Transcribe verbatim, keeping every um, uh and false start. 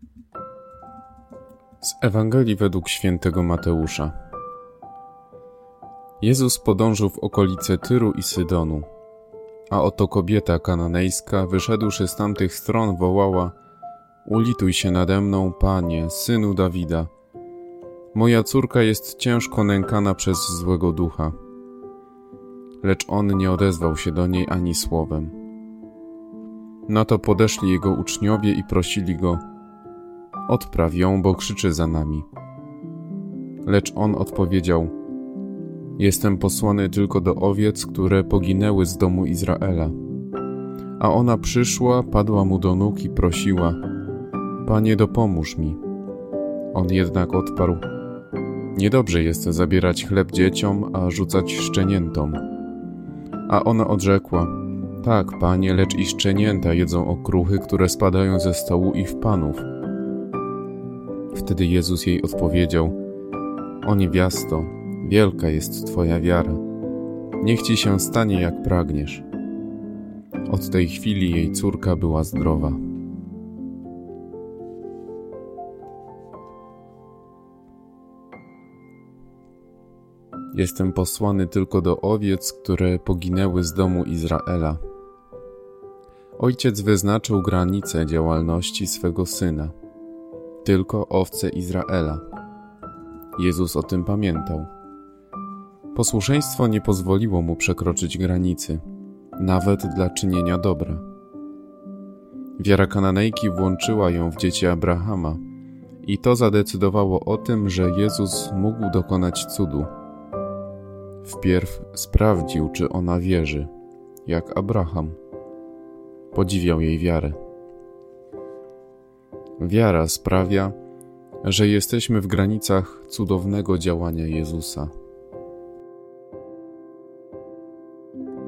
Z Ewangelii według świętego Mateusza. Jezus podążył w okolice Tyru i Sydonu, a oto kobieta kananejska, wyszedłszy z tamtych stron, wołała: Ulituj się nade mną, Panie, Synu Dawida. Moja córka jest ciężko nękana przez złego ducha. Lecz on nie odezwał się do niej ani słowem. Na to podeszli jego uczniowie i prosili go: Odpraw ją, bo krzyczy za nami. Lecz on odpowiedział: Jestem posłany tylko do owiec, które poginęły z domu Izraela. A ona przyszła, padła mu do nóg i prosiła: Panie, dopomóż mi. On jednak odparł: Niedobrze jest zabierać chleb dzieciom, a rzucać szczeniętom. A ona odrzekła: Tak, Panie, lecz i szczenięta jedzą okruchy, które spadają ze stołu ich panów. Wtedy Jezus jej odpowiedział: O niewiasto, wielka jest Twoja wiara. Niech Ci się stanie, jak pragniesz. Od tej chwili jej córka była zdrowa. Jestem posłany tylko do owiec, które poginęły z domu Izraela. Ojciec wyznaczył granice działalności swego Syna. Tylko owce Izraela. Jezus o tym pamiętał. Posłuszeństwo nie pozwoliło mu przekroczyć granicy, nawet dla czynienia dobra. Wiara Kananejki włączyła ją w dzieci Abrahama i to zadecydowało o tym, że Jezus mógł dokonać cudu. Wpierw sprawdził, czy ona wierzy, jak Abraham. Podziwiał jej wiarę. Wiara sprawia, że jesteśmy w granicach cudownego działania Jezusa.